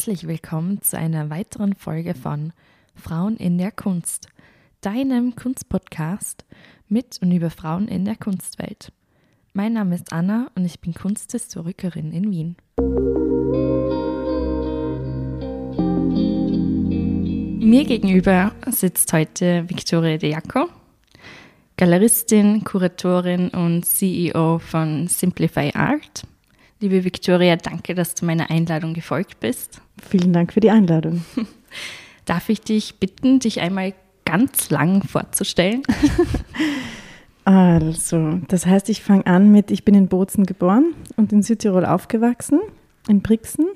Herzlich willkommen zu einer weiteren Folge von Frauen in der Kunst, deinem Kunstpodcast mit und über Frauen in der Kunstwelt. Mein Name ist Anna und ich bin Kunsthistorikerin in Wien. Mir gegenüber sitzt heute Victoria De Jaco, Galeristin, Kuratorin und CEO von Simplify Art. Liebe Victoria, danke, dass du meiner Einladung gefolgt bist. Vielen Dank für die Einladung. Darf ich dich bitten, dich einmal ganz lang vorzustellen? Also, das heißt, ich fange an mit, ich bin in Bozen geboren und in Südtirol aufgewachsen, in Brixen.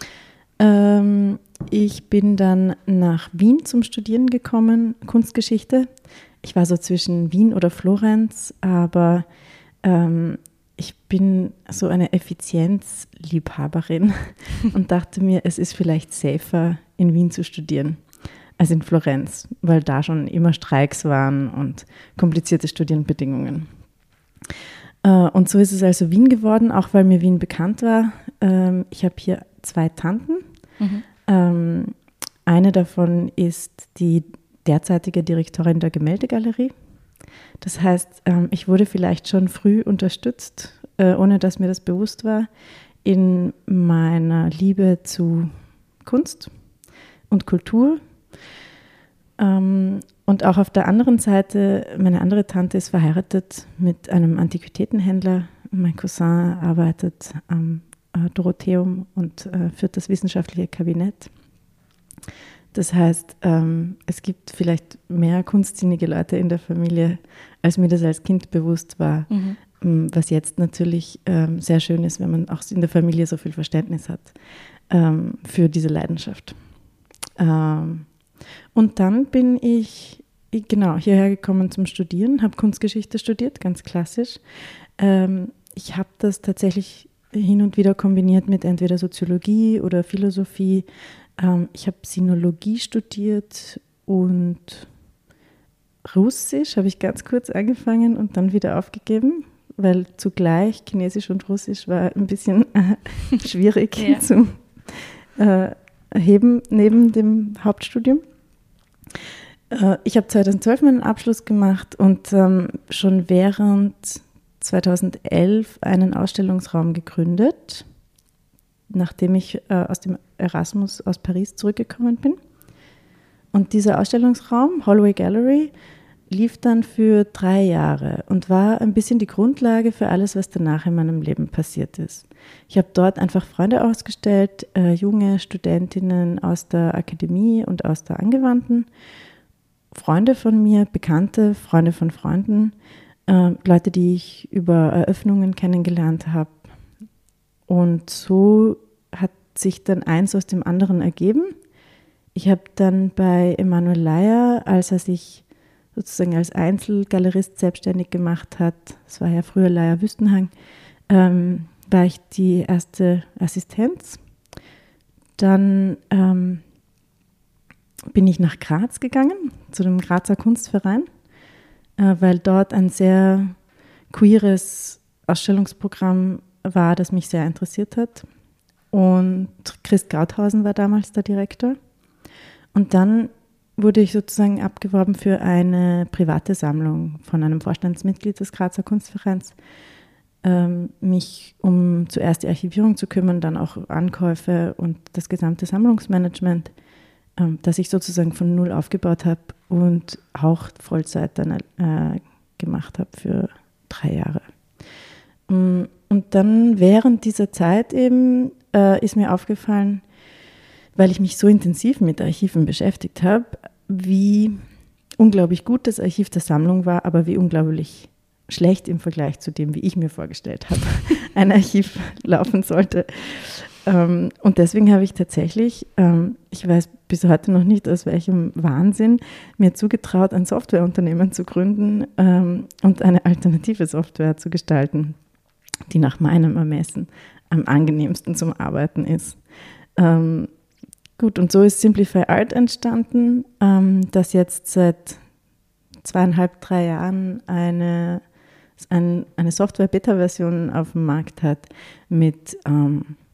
Ich bin dann nach Wien zum Studieren gekommen, Kunstgeschichte. Ich war so zwischen Wien oder Florenz, aber ich bin so eine Effizienzliebhaberin und dachte mir, es ist vielleicht safer, in Wien zu studieren als in Florenz, weil da schon immer Streiks waren und komplizierte Studienbedingungen. Und so ist es also Wien geworden, auch weil mir Wien bekannt war. Ich habe hier 2 Tanten. Eine davon ist die derzeitige Direktorin der Gemäldegalerie. Das heißt, ich wurde vielleicht schon früh unterstützt, ohne dass mir das bewusst war, in meiner Liebe zu Kunst und Kultur. Und auch auf der anderen Seite, meine andere Tante ist verheiratet mit einem Antiquitätenhändler. Mein Cousin arbeitet am Dorotheum und führt das wissenschaftliche Kabinett. Das heißt, es gibt vielleicht mehr kunstsinnige Leute in der Familie, als mir das als Kind bewusst war, was jetzt natürlich sehr schön ist, wenn man auch in der Familie so viel Verständnis hat für diese Leidenschaft. Und dann bin ich hierher gekommen zum Studieren, habe Kunstgeschichte studiert, ganz klassisch. Ich habe das tatsächlich hin und wieder kombiniert mit entweder Soziologie oder Philosophie. Ich habe Sinologie studiert und Russisch habe ich ganz kurz angefangen und dann wieder aufgegeben, weil zugleich Chinesisch und Russisch war ein bisschen schwierig zu heben neben dem Hauptstudium. Ich habe 2012 meinen Abschluss gemacht und schon während 2011 einen Ausstellungsraum gegründet, nachdem ich aus dem Erasmus aus Paris zurückgekommen bin. Und dieser Ausstellungsraum, Holloway Gallery, lief dann für 3 Jahre und war ein bisschen die Grundlage für alles, was danach in meinem Leben passiert ist. Ich habe dort einfach Freunde ausgestellt, junge Studentinnen aus der Akademie und aus der Angewandten, Freunde von mir, Bekannte, Freunde von Freunden, Leute, die ich über Eröffnungen kennengelernt habe. Und so hat sich dann eins aus dem anderen ergeben. Ich habe dann bei Emanuel Leyer, als er sich sozusagen als Einzelgalerist selbstständig gemacht hat, das war ja früher Leyer Wüstenhang, war ich die erste Assistenz. Dann bin ich nach Graz gegangen, zu dem Grazer Kunstverein, weil dort ein sehr queeres Ausstellungsprogramm war, das mich sehr interessiert hat. Und Christ Krauthausen war damals der Direktor. Und dann wurde ich sozusagen abgeworben für eine private Sammlung von einem Vorstandsmitglied des Grazer Kunstvereins, mich um zuerst die Archivierung zu kümmern, dann auch Ankäufe und das gesamte Sammlungsmanagement, das ich sozusagen von null aufgebaut habe und auch Vollzeit dann gemacht habe für 3 Jahre. Und dann während dieser Zeit eben ist mir aufgefallen, weil ich mich so intensiv mit Archiven beschäftigt habe, wie unglaublich gut das Archiv der Sammlung war, aber wie unglaublich schlecht im Vergleich zu dem, wie ich mir vorgestellt habe, ein Archiv laufen sollte. Und deswegen habe ich tatsächlich, ich weiß bis heute noch nicht, aus welchem Wahnsinn, mir zugetraut, ein Softwareunternehmen zu gründen und eine alternative Software zu gestalten, die nach meinem Ermessen am angenehmsten zum Arbeiten ist. Gut, und so ist Simplify Art entstanden, das jetzt seit 2,5, 3 Jahren eine Software-Beta-Version auf dem Markt hat mit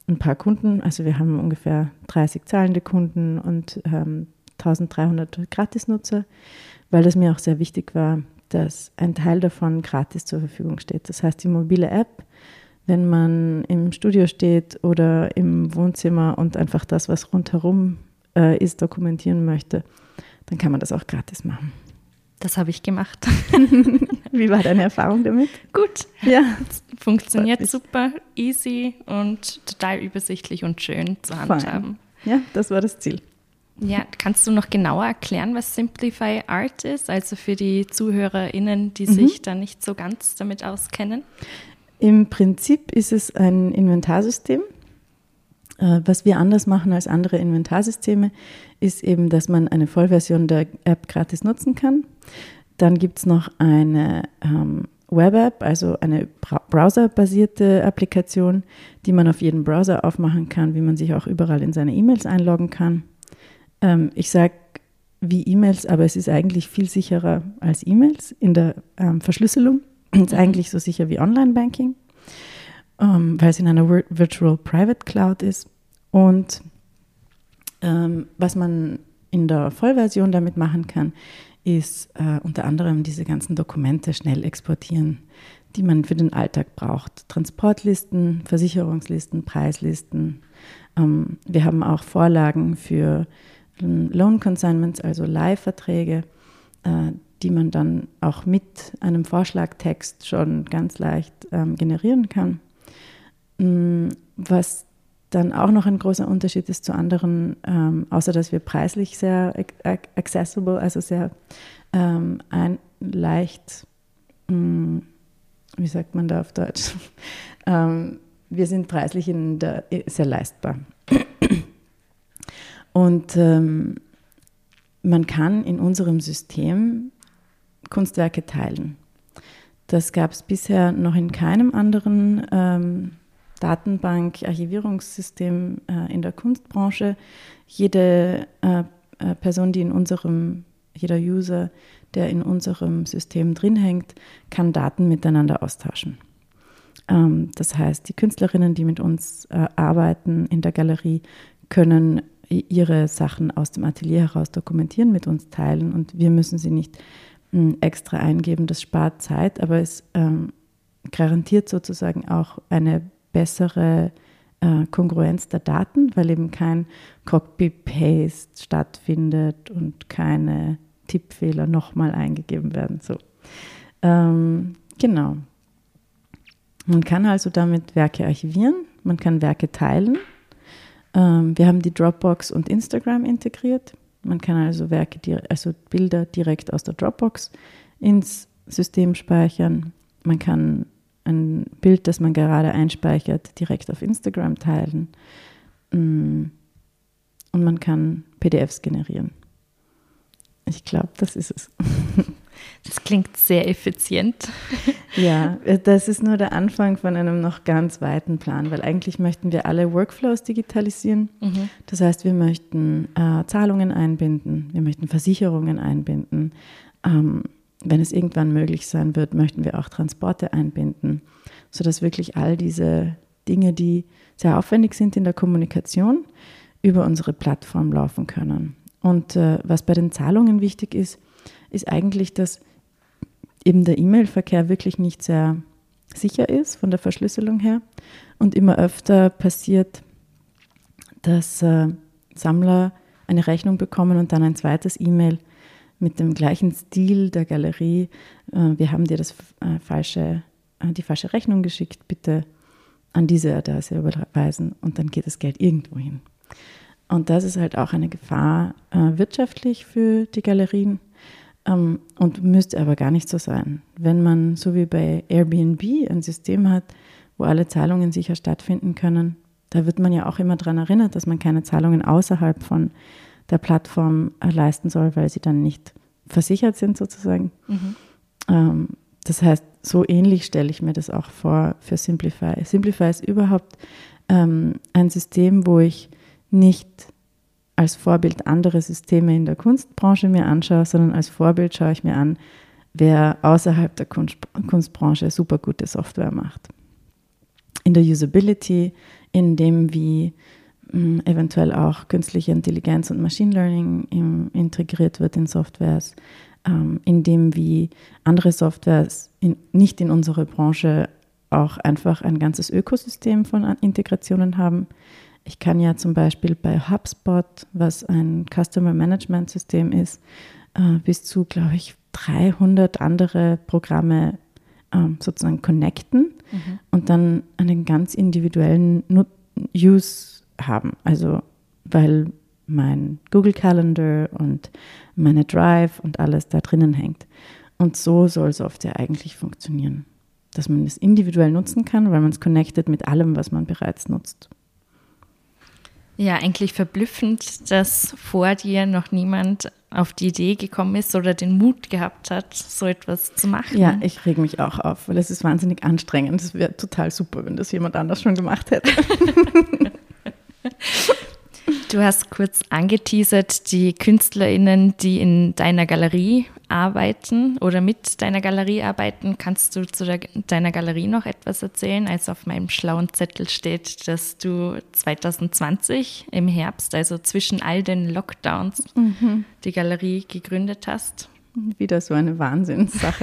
ein paar Kunden, also wir haben ungefähr 30 zahlende Kunden und 1300 Gratisnutzer, weil das mir auch sehr wichtig war, dass ein Teil davon gratis zur Verfügung steht. Das heißt, die mobile App, wenn man im Studio steht oder im Wohnzimmer und einfach das, was rundherum ist, dokumentieren möchte, dann kann man das auch gratis machen. Das habe ich gemacht. Wie war deine Erfahrung damit? Gut. Ja. Funktioniert super, easy und total übersichtlich und schön zu handhaben. Ja, das war das Ziel. Ja, kannst du noch genauer erklären, was Simplify Art ist? Also für die ZuhörerInnen, die sich da nicht so ganz damit auskennen. Im Prinzip ist es ein Inventarsystem. Was wir anders machen als andere Inventarsysteme, ist eben, dass man eine Vollversion der App gratis nutzen kann. Dann gibt es noch eine Web-App, also eine browserbasierte Applikation, die man auf jedem Browser aufmachen kann, wie man sich auch überall in seine E-Mails einloggen kann. Ich sage wie E-Mails, aber es ist eigentlich viel sicherer als E-Mails in der Verschlüsselung. Es ist eigentlich so sicher wie Online-Banking, weil es in einer Virtual Private Cloud ist. Und was man in der Vollversion damit machen kann, ist unter anderem diese ganzen Dokumente schnell exportieren, die man für den Alltag braucht. Transportlisten, Versicherungslisten, Preislisten. Wir haben auch Vorlagen für Loan Consignments, also Leihverträge, die man dann auch mit einem Vorschlagtext schon ganz leicht generieren kann. Was dann auch noch ein großer Unterschied ist zu anderen, außer dass wir preislich sehr accessible, also sehr leicht, wie sagt man da auf Deutsch? Wir sind preislich sehr leistbar. Und man kann in unserem System Kunstwerke teilen. Das gab es bisher noch in keinem anderen Datenbank-Archivierungssystem in der Kunstbranche. Jede Person, jeder User, der in unserem System drin hängt, kann Daten miteinander austauschen. Das heißt, die Künstlerinnen, die mit uns arbeiten in der Galerie, können ihre Sachen aus dem Atelier heraus dokumentieren, mit uns teilen und wir müssen sie nicht extra eingeben. Das spart Zeit, aber es garantiert sozusagen auch eine bessere Kongruenz der Daten, weil eben kein Copy-Paste stattfindet und keine Tippfehler nochmal eingegeben werden. So. Genau. Man kann also damit Werke archivieren, man kann Werke teilen. Wir haben die Dropbox und Instagram integriert. Man kann also Bilder direkt aus der Dropbox ins System speichern. Man kann ein Bild, das man gerade einspeichert, direkt auf Instagram teilen. Und man kann PDFs generieren. Ich glaube, das ist es. Das klingt sehr effizient. Ja, das ist nur der Anfang von einem noch ganz weiten Plan, weil eigentlich möchten wir alle Workflows digitalisieren. Mhm. Das heißt, wir möchten Zahlungen einbinden, wir möchten Versicherungen einbinden. Wenn es irgendwann möglich sein wird, möchten wir auch Transporte einbinden, sodass wirklich all diese Dinge, die sehr aufwendig sind in der Kommunikation, über unsere Plattform laufen können. Und was bei den Zahlungen wichtig ist, ist eigentlich, dass eben der E-Mail-Verkehr wirklich nicht sehr sicher ist von der Verschlüsselung her und immer öfter passiert, dass Sammler eine Rechnung bekommen und dann ein zweites E-Mail mit dem gleichen Stil der Galerie. Wir haben dir die falsche Rechnung geschickt, bitte an diese Adresse überweisen und dann geht das Geld irgendwo hin. Und das ist halt auch eine Gefahr wirtschaftlich für die Galerien. Und müsste aber gar nicht so sein. Wenn man, so wie bei Airbnb, ein System hat, wo alle Zahlungen sicher stattfinden können, da wird man ja auch immer daran erinnert, dass man keine Zahlungen außerhalb von der Plattform leisten soll, weil sie dann nicht versichert sind sozusagen. Mhm. Das heißt, so ähnlich stelle ich mir das auch vor für Simplify. Simplify ist überhaupt ein System, wo ich nicht als Vorbild andere Systeme in der Kunstbranche mir anschaue, sondern als Vorbild schaue ich mir an, wer außerhalb der Kunstbranche super gute Software macht. In der Usability, in dem wie eventuell auch künstliche Intelligenz und Machine Learning integriert wird in Softwares, in dem wie andere Softwares nicht in unserer Branche auch einfach ein ganzes Ökosystem von Integrationen haben. Ich kann ja zum Beispiel bei HubSpot, was ein Customer Management System ist, bis zu, glaube ich, 300 andere Programme sozusagen connecten und dann einen ganz individuellen Use haben. Also weil mein Google Calendar und meine Drive und alles da drinnen hängt. Und so soll Software eigentlich funktionieren. Dass man es individuell nutzen kann, weil man es connectet mit allem, was man bereits nutzt. Ja, eigentlich verblüffend, dass vor dir noch niemand auf die Idee gekommen ist oder den Mut gehabt hat, so etwas zu machen. Ja, ich reg mich auch auf, weil es ist wahnsinnig anstrengend. Es wäre total super, wenn das jemand anders schon gemacht hätte. Du hast kurz angeteasert, die KünstlerInnen, die in deiner Galerie arbeiten oder mit deiner Galerie arbeiten. Kannst du zu deiner Galerie noch etwas erzählen? Also auf meinem schlauen Zettel steht, dass du 2020 im Herbst, also zwischen all den Lockdowns, die Galerie gegründet hast. Wieder so eine Wahnsinnssache.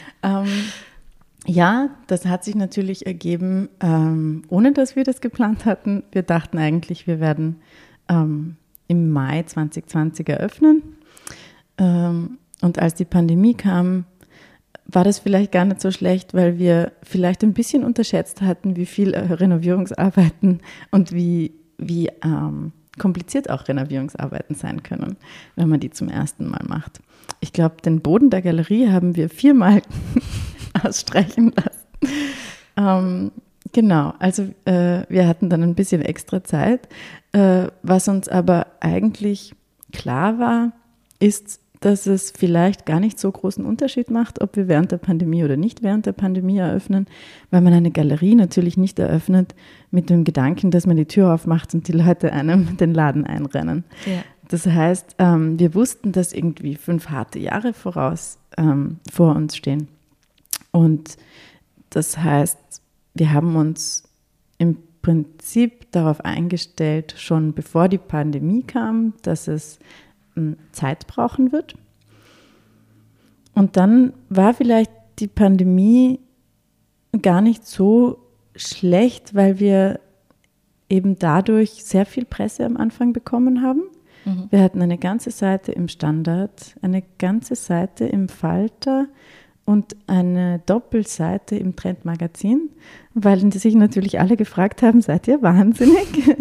Ja, das hat sich natürlich ergeben, ohne dass wir das geplant hatten. Wir dachten eigentlich, wir werden im Mai 2020 eröffnen. Und als die Pandemie kam, war das vielleicht gar nicht so schlecht, weil wir vielleicht ein bisschen unterschätzt hatten, wie viel Renovierungsarbeiten und wie kompliziert auch Renovierungsarbeiten sein können, wenn man die zum ersten Mal macht. Ich glaube, den Boden der Galerie haben wir 4-mal ausstreichen lassen. Genau, also wir hatten dann ein bisschen extra Zeit. Was uns aber eigentlich klar war, ist, dass es vielleicht gar nicht so großen Unterschied macht, ob wir während der Pandemie oder nicht während der Pandemie eröffnen, weil man eine Galerie natürlich nicht eröffnet mit dem Gedanken, dass man die Tür aufmacht und die Leute einem den Laden einrennen. Ja. Das heißt, wir wussten, dass irgendwie 5 harte Jahre vor uns stehen. Und das heißt, wir haben uns im Prinzip darauf eingestellt, schon bevor die Pandemie kam, dass es Zeit brauchen wird. Und dann war vielleicht die Pandemie gar nicht so schlecht, weil wir eben dadurch sehr viel Presse am Anfang bekommen haben. Wir hatten eine ganze Seite im Standard, eine ganze Seite im Falter und eine Doppelseite im Trendmagazin, weil sich natürlich alle gefragt haben, seid ihr wahnsinnig?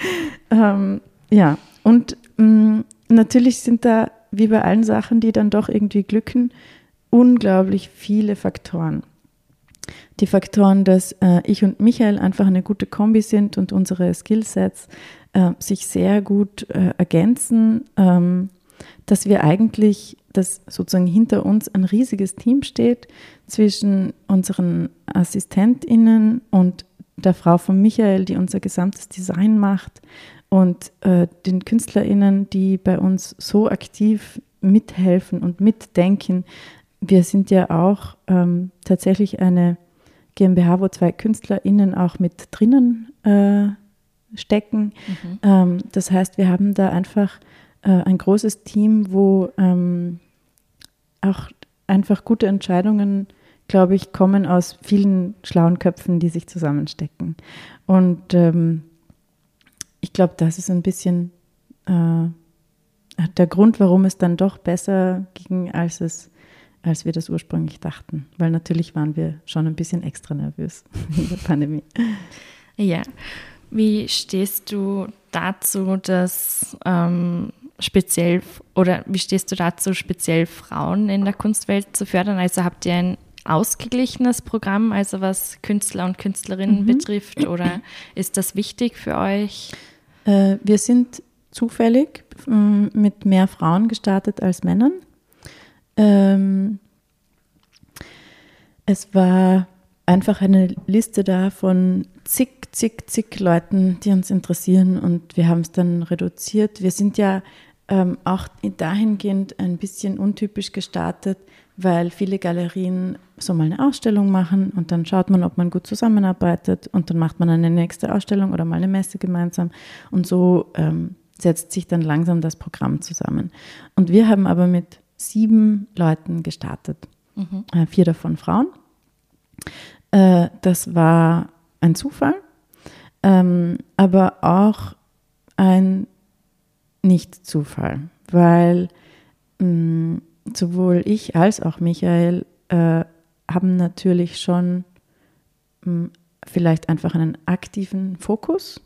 Ja, und natürlich sind da, wie bei allen Sachen, die dann doch irgendwie glücken, unglaublich viele Faktoren. Die Faktoren, dass ich und Michael einfach eine gute Kombi sind und unsere Skillsets sich sehr gut ergänzen, dass wir eigentlich, dass sozusagen hinter uns ein riesiges Team steht zwischen unseren AssistentInnen und der Frau von Michael, die unser gesamtes Design macht, und den KünstlerInnen, die bei uns so aktiv mithelfen und mitdenken. Wir sind ja auch tatsächlich eine GmbH, wo 2 KünstlerInnen auch mit drinnen stecken. Das heißt, wir haben da einfach ein großes Team, wo auch einfach gute Entscheidungen, glaube ich, kommen aus vielen schlauen Köpfen, die sich zusammenstecken. Und ich glaube, das ist ein bisschen der Grund, warum es dann doch besser ging, als wir das ursprünglich dachten. Weil natürlich waren wir schon ein bisschen extra nervös in der Pandemie. Ja. Wie stehst du dazu, dass speziell Frauen in der Kunstwelt zu fördern? Also habt ihr ein ausgeglichenes Programm, also was Künstler und Künstlerinnen betrifft, oder ist das wichtig für euch? Wir sind zufällig mit mehr Frauen gestartet als Männern. Es war einfach eine Liste da von zig Leuten, die uns interessieren, und wir haben es dann reduziert. Wir sind ja auch dahingehend ein bisschen untypisch gestartet, weil viele Galerien so mal eine Ausstellung machen und dann schaut man, ob man gut zusammenarbeitet und dann macht man eine nächste Ausstellung oder mal eine Messe gemeinsam und so setzt sich dann langsam das Programm zusammen. Und wir haben aber mit 7 Leuten gestartet, 4 davon Frauen. Das war ein Zufall, aber auch ein Nicht-Zufall, weil sowohl ich als auch Michael haben natürlich schon vielleicht einfach einen aktiven Fokus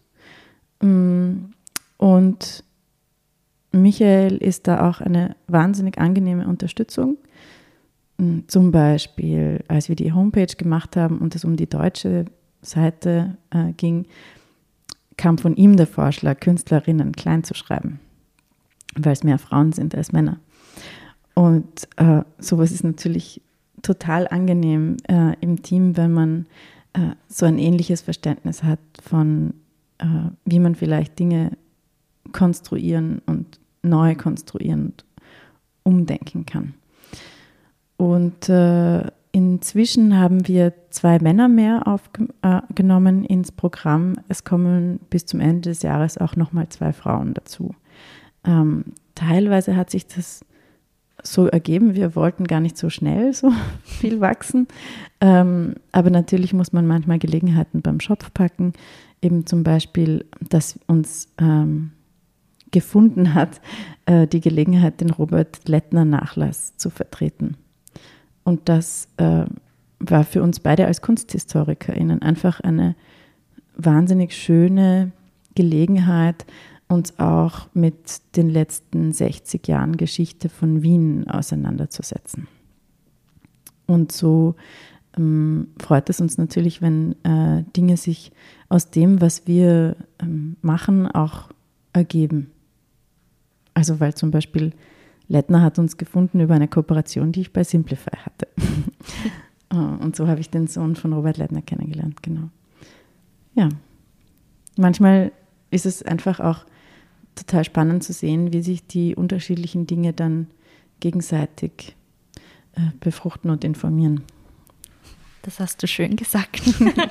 und Michael ist da auch eine wahnsinnig angenehme Unterstützung. Zum Beispiel, als wir die Homepage gemacht haben und es um die deutsche Seite ging, kam von ihm der Vorschlag, Künstlerinnen klein zu schreiben, weil es mehr Frauen sind als Männer. Und sowas ist natürlich total angenehm im Team, wenn man so ein ähnliches Verständnis hat von, wie man vielleicht Dinge konstruieren und neu konstruieren und umdenken kann. Und inzwischen haben wir 2 Männer mehr aufgenommen ins Programm. Es kommen bis zum Ende des Jahres auch nochmal 2 Frauen dazu. Teilweise hat sich das so ergeben, wir wollten gar nicht so schnell so viel wachsen. Aber natürlich muss man manchmal Gelegenheiten beim Schopf packen. Eben zum Beispiel, dass uns gefunden hat, die Gelegenheit, den Robert Lettner Nachlass zu vertreten. Und das war für uns beide als KunsthistorikerInnen einfach eine wahnsinnig schöne Gelegenheit, uns auch mit den letzten 60 Jahren Geschichte von Wien auseinanderzusetzen. Und so freut es uns natürlich, wenn Dinge sich aus dem, was wir machen, auch ergeben. Also weil zum Beispiel Lettner hat uns gefunden über eine Kooperation, die ich bei Simplify hatte. Und so habe ich den Sohn von Robert Lettner kennengelernt, genau. Ja, manchmal ist es einfach auch total spannend zu sehen, wie sich die unterschiedlichen Dinge dann gegenseitig befruchten und informieren. Das hast du schön gesagt.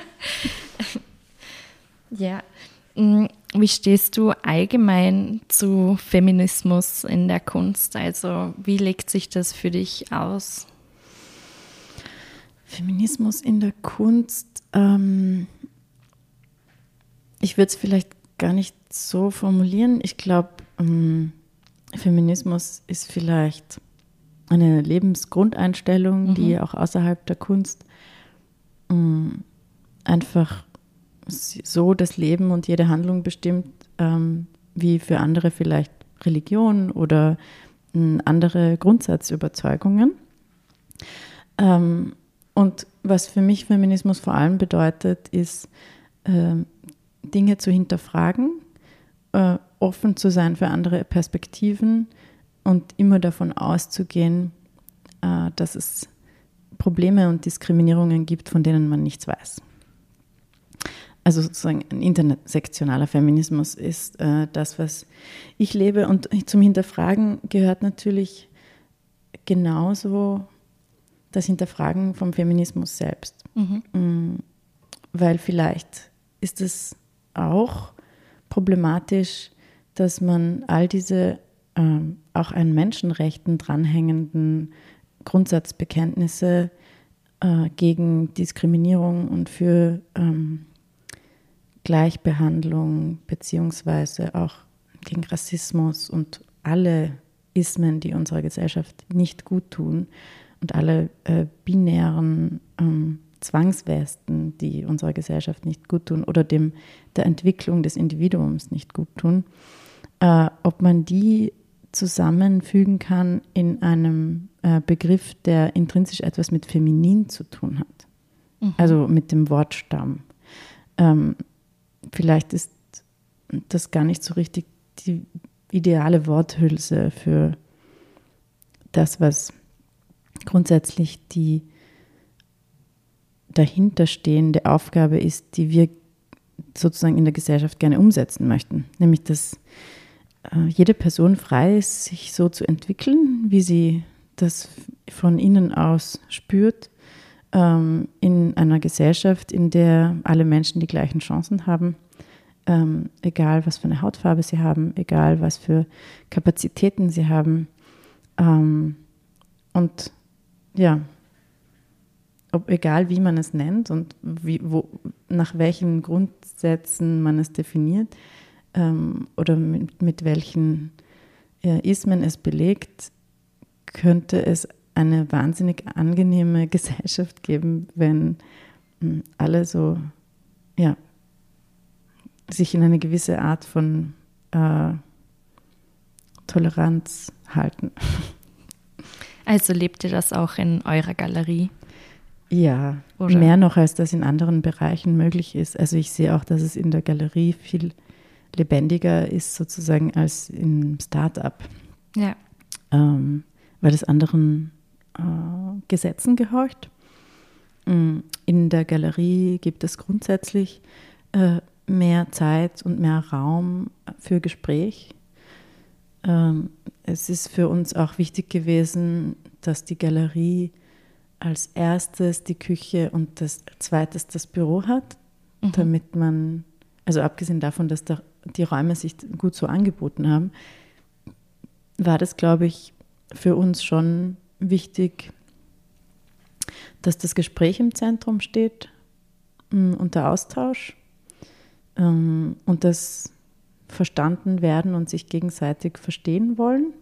Ja. Wie stehst du allgemein zu Feminismus in der Kunst? Also wie legt sich das für dich aus? Feminismus in der Kunst, ich würde es vielleicht gar nicht so formulieren. Ich glaube, Feminismus ist vielleicht eine Lebensgrundeinstellung, die auch außerhalb der Kunst einfach so das Leben und jede Handlung bestimmt, wie für andere vielleicht Religion oder andere Grundsatzüberzeugungen. Und was für mich Feminismus vor allem bedeutet, ist, Dinge zu hinterfragen, offen zu sein für andere Perspektiven und immer davon auszugehen, dass es Probleme und Diskriminierungen gibt, von denen man nichts weiß. Also sozusagen ein intersektionaler Feminismus ist das, was ich lebe. Und zum Hinterfragen gehört natürlich genauso das Hinterfragen vom Feminismus selbst. Weil vielleicht ist es auch problematisch, dass man all diese auch an Menschenrechten dranhängenden Grundsatzbekenntnisse gegen Diskriminierung und für Gleichbehandlung beziehungsweise auch gegen Rassismus und alle Ismen, die unserer Gesellschaft nicht gut tun und alle binären Zwangswesten, die unserer Gesellschaft nicht gut tun oder der Entwicklung des Individuums nicht gut tun, ob man die zusammenfügen kann in einem Begriff, der intrinsisch etwas mit feminin zu tun hat, also mit dem Wortstamm. Vielleicht ist das gar nicht so richtig die ideale Worthülse für das, was grundsätzlich die dahinterstehende Aufgabe ist, die wir sozusagen in der Gesellschaft gerne umsetzen möchten. Nämlich, dass jede Person frei ist, sich so zu entwickeln, wie sie das von innen aus spürt, in einer Gesellschaft, in der alle Menschen die gleichen Chancen haben, egal was für eine Hautfarbe sie haben, egal was für Kapazitäten sie haben. Und ja, egal wie man es nennt und nach welchen Grundsätzen man es definiert oder mit welchen Ismen es belegt, könnte es eine wahnsinnig angenehme Gesellschaft geben, wenn alle so, ja, sich in eine gewisse Art von Toleranz halten. Also lebt ihr das auch in eurer Galerie? Ja, oder? Mehr noch, als das in anderen Bereichen möglich ist. Also ich sehe auch, dass es in der Galerie viel lebendiger ist sozusagen als im Start-up. Ja. Weil es anderen Gesetzen gehorcht. In der Galerie gibt es grundsätzlich mehr Zeit und mehr Raum für Gespräch. Es ist für uns auch wichtig gewesen, dass die Galerie als erstes die Küche und als zweites das Büro hat, damit man, also abgesehen davon, dass die Räume sich gut so angeboten haben, war das, glaube ich, für uns schon wichtig, dass das Gespräch im Zentrum steht und der Austausch und das verstanden werden und sich gegenseitig verstehen wollen.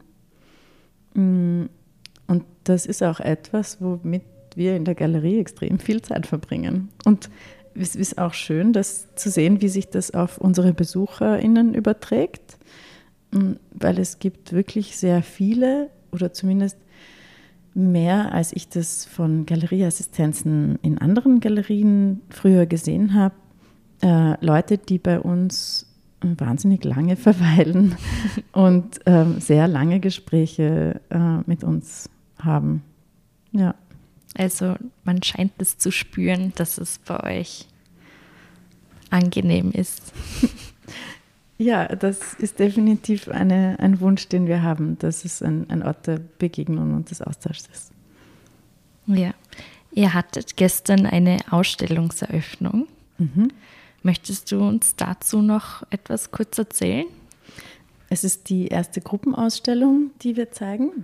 Und das ist auch etwas, womit wir in der Galerie extrem viel Zeit verbringen. Und es ist auch schön, das zu sehen, wie sich das auf unsere BesucherInnen überträgt, weil es gibt wirklich sehr viele oder zumindest mehr, als ich das von Galerieassistenzen in anderen Galerien früher gesehen habe, Leute, die bei uns wahnsinnig lange verweilen und sehr lange Gespräche mit uns haben. Ja. Also man scheint es zu spüren, dass es bei euch angenehm ist. Ja, das ist definitiv ein Wunsch, den wir haben, dass es ein Ort der Begegnung und des Austauschs ist. Ja, ihr hattet gestern eine Ausstellungseröffnung. Möchtest du uns dazu noch etwas kurz erzählen? Es ist die erste Gruppenausstellung, die wir zeigen.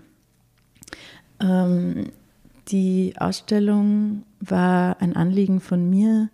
Die Ausstellung war ein Anliegen von mir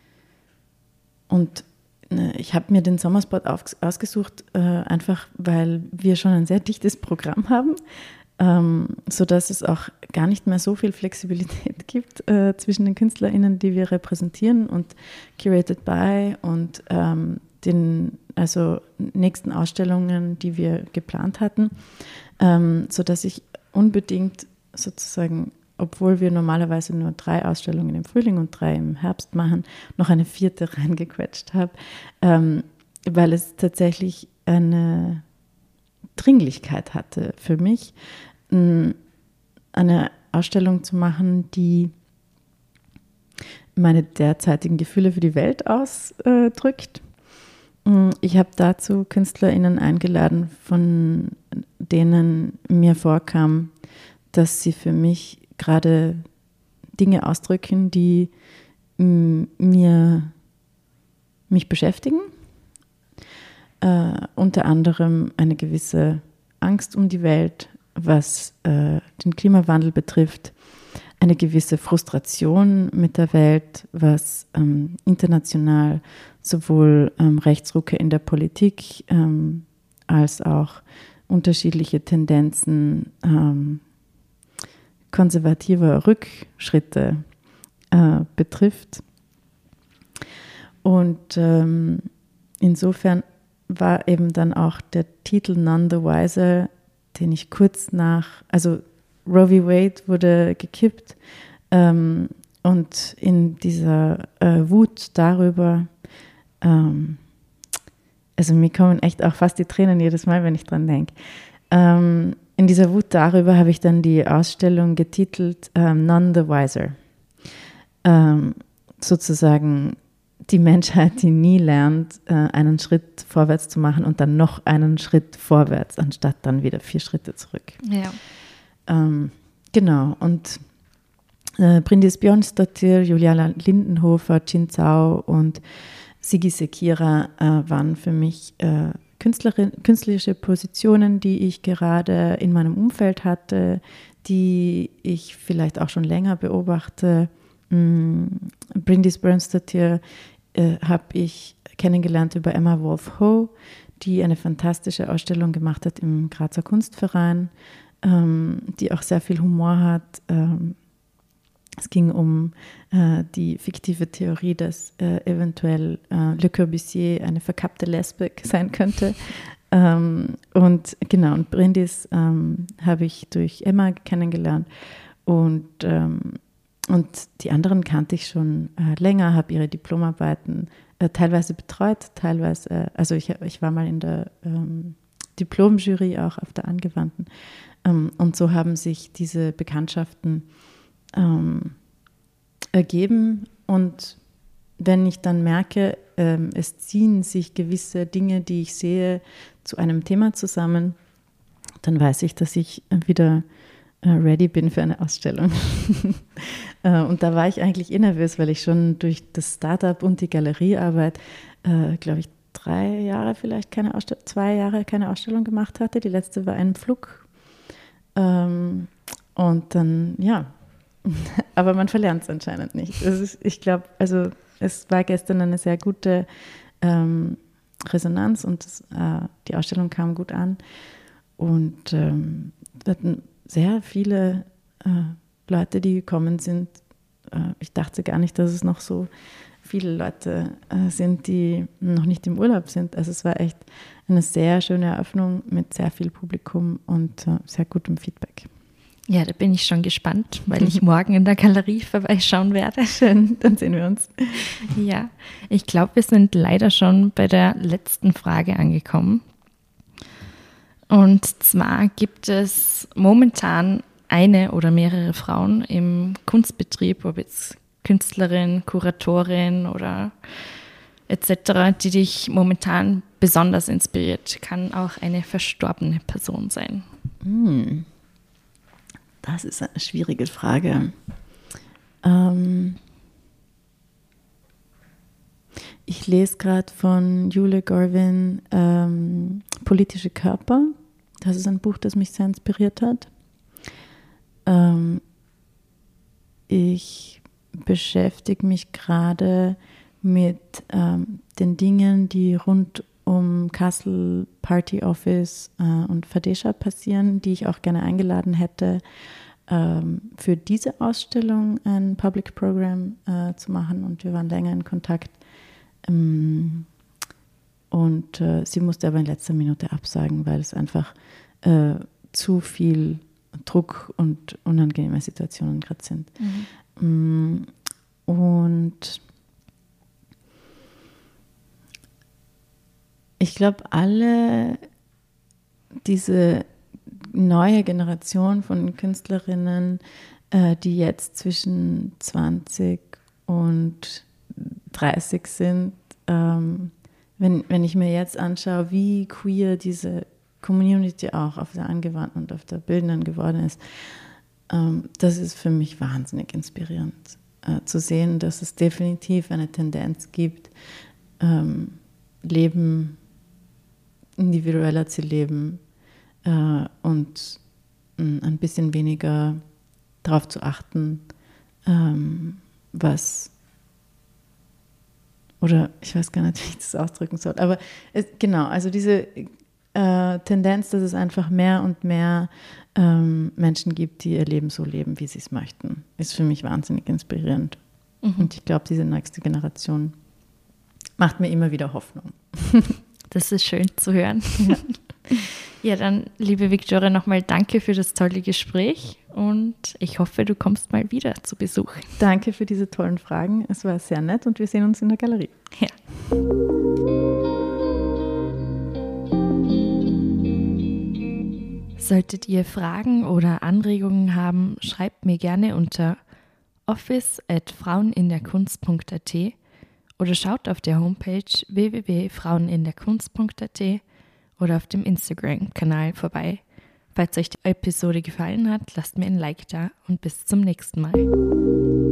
und ich habe mir den Sommerspot ausgesucht, einfach weil wir schon ein sehr dichtes Programm haben, sodass es auch gar nicht mehr so viel Flexibilität gibt zwischen den KünstlerInnen, die wir repräsentieren und Curated by und den nächsten Ausstellungen, die wir geplant hatten, sodass ich unbedingt sozusagen, obwohl wir normalerweise nur 3 Ausstellungen im Frühling und 3 im Herbst machen, noch eine 4. reingequetscht habe, weil es tatsächlich eine Dringlichkeit hatte für mich, eine Ausstellung zu machen, die meine derzeitigen Gefühle für die Welt ausdrückt. Ich habe dazu KünstlerInnen eingeladen, von denen mir vorkam, dass sie für mich gerade Dinge ausdrücken, die mich beschäftigen. Unter anderem eine gewisse Angst um die Welt, was den Klimawandel betrifft, eine gewisse Frustration mit der Welt, was international sowohl Rechtsrucke in der Politik als auch unterschiedliche Tendenzen konservativer Rückschritte betrifft. Und insofern war eben dann auch der Titel None the Wiser, den ich kurz also Roe v. Wade wurde gekippt und in dieser Wut darüber, also mir kommen echt auch fast die Tränen jedes Mal, wenn ich dran denke. In dieser Wut darüber habe ich dann die Ausstellung getitelt None the Wiser. Sozusagen die Menschheit, die nie lernt, einen Schritt vorwärts zu machen und dann noch einen Schritt vorwärts, anstatt dann wieder 4 Schritte zurück. Ja. Genau, und Bryndis Björnsdottir, Juliana Lindenhofer, Jin Zhao und Sigi Sekira waren für mich künstlerische Positionen, die ich gerade in meinem Umfeld hatte, die ich vielleicht auch schon länger beobachte. Bryndis Björnsdottir habe ich kennengelernt über Emma Wolf Ho, die eine fantastische Ausstellung gemacht hat im Grazer Kunstverein, die auch sehr viel Humor hat. Es ging um die fiktive Theorie, dass eventuell Le Corbusier eine verkappte Lesbik sein könnte. Und Bryndis habe ich durch Emma kennengelernt. Und die anderen kannte ich schon länger, habe ihre Diplomarbeiten teilweise betreut, teilweise, also ich war mal in der Diplomjury auch auf der Angewandten. Und so haben sich diese Bekanntschaften ergeben. Und wenn ich dann merke, es ziehen sich gewisse Dinge, die ich sehe, zu einem Thema zusammen, dann weiß ich, dass ich wieder ready bin für eine Ausstellung. Und da war ich eigentlich nervös, weil ich schon durch das Startup und die Galeriearbeit, glaube ich, 2 Jahre keine Ausstellung gemacht hatte. Die letzte war ein Flug. Und dann, ja, aber man verlernt es anscheinend nicht. Ich glaube, also es war gestern eine sehr gute Resonanz und die Ausstellung kam gut an. Und wir hatten sehr viele Leute, die gekommen sind. Ich dachte gar nicht, dass es noch so viele Leute sind, die noch nicht im Urlaub sind. Also es war echt eine sehr schöne Eröffnung mit sehr viel Publikum und sehr gutem Feedback. Ja, da bin ich schon gespannt, weil ich morgen in der Galerie vorbeischauen werde. Schön, dann sehen wir uns. Ja, ich glaube, wir sind leider schon bei der letzten Frage angekommen. Und zwar gibt es momentan eine oder mehrere Frauen im Kunstbetrieb, ob jetzt Künstlerin, Kuratorin oder etc., die dich momentan besonders inspiriert. Kann auch eine verstorbene Person sein. Das ist eine schwierige Frage. Ich lese gerade von Jule Gorvin Politische Körper. Das ist ein Buch, das mich sehr inspiriert hat. Ich beschäftige mich gerade mit den Dingen, die rund um Kassel Party Office und Fadesha passieren, die ich auch gerne eingeladen hätte, für diese Ausstellung ein Public Program zu machen. Und wir waren länger in Kontakt. Und sie musste aber in letzter Minute absagen, weil es einfach zu viel Druck und unangenehme Situationen gerade sind. Und ich glaube, alle diese neue Generation von Künstlerinnen, die jetzt zwischen 20 und 30 sind, wenn ich mir jetzt anschaue, wie queer diese Community auch auf der Angewandten und auf der Bildenden geworden ist, das ist für mich wahnsinnig inspirierend, zu sehen, dass es definitiv eine Tendenz gibt, Leben individueller zu leben und ein bisschen weniger darauf zu achten, oder ich weiß gar nicht, wie ich das ausdrücken soll, aber also diese Tendenz, dass es einfach mehr und mehr Menschen gibt, die ihr Leben so leben, wie sie es möchten, ist für mich wahnsinnig inspirierend. Und ich glaube, diese nächste Generation macht mir immer wieder Hoffnung. Das ist schön zu hören. Ja, ja, dann, liebe Viktoria, nochmal danke für das tolle Gespräch und ich hoffe, du kommst mal wieder zu Besuch. Danke für diese tollen Fragen. Es war sehr nett und wir sehen uns in der Galerie. Ja. Solltet ihr Fragen oder Anregungen haben, schreibt mir gerne unter office@fraueninderkunst.at oder schaut auf der Homepage www.fraueninderkunst.at oder auf dem Instagram-Kanal vorbei, Falls euch die Episode gefallen hat, lasst mir ein Like da und bis zum nächsten Mal.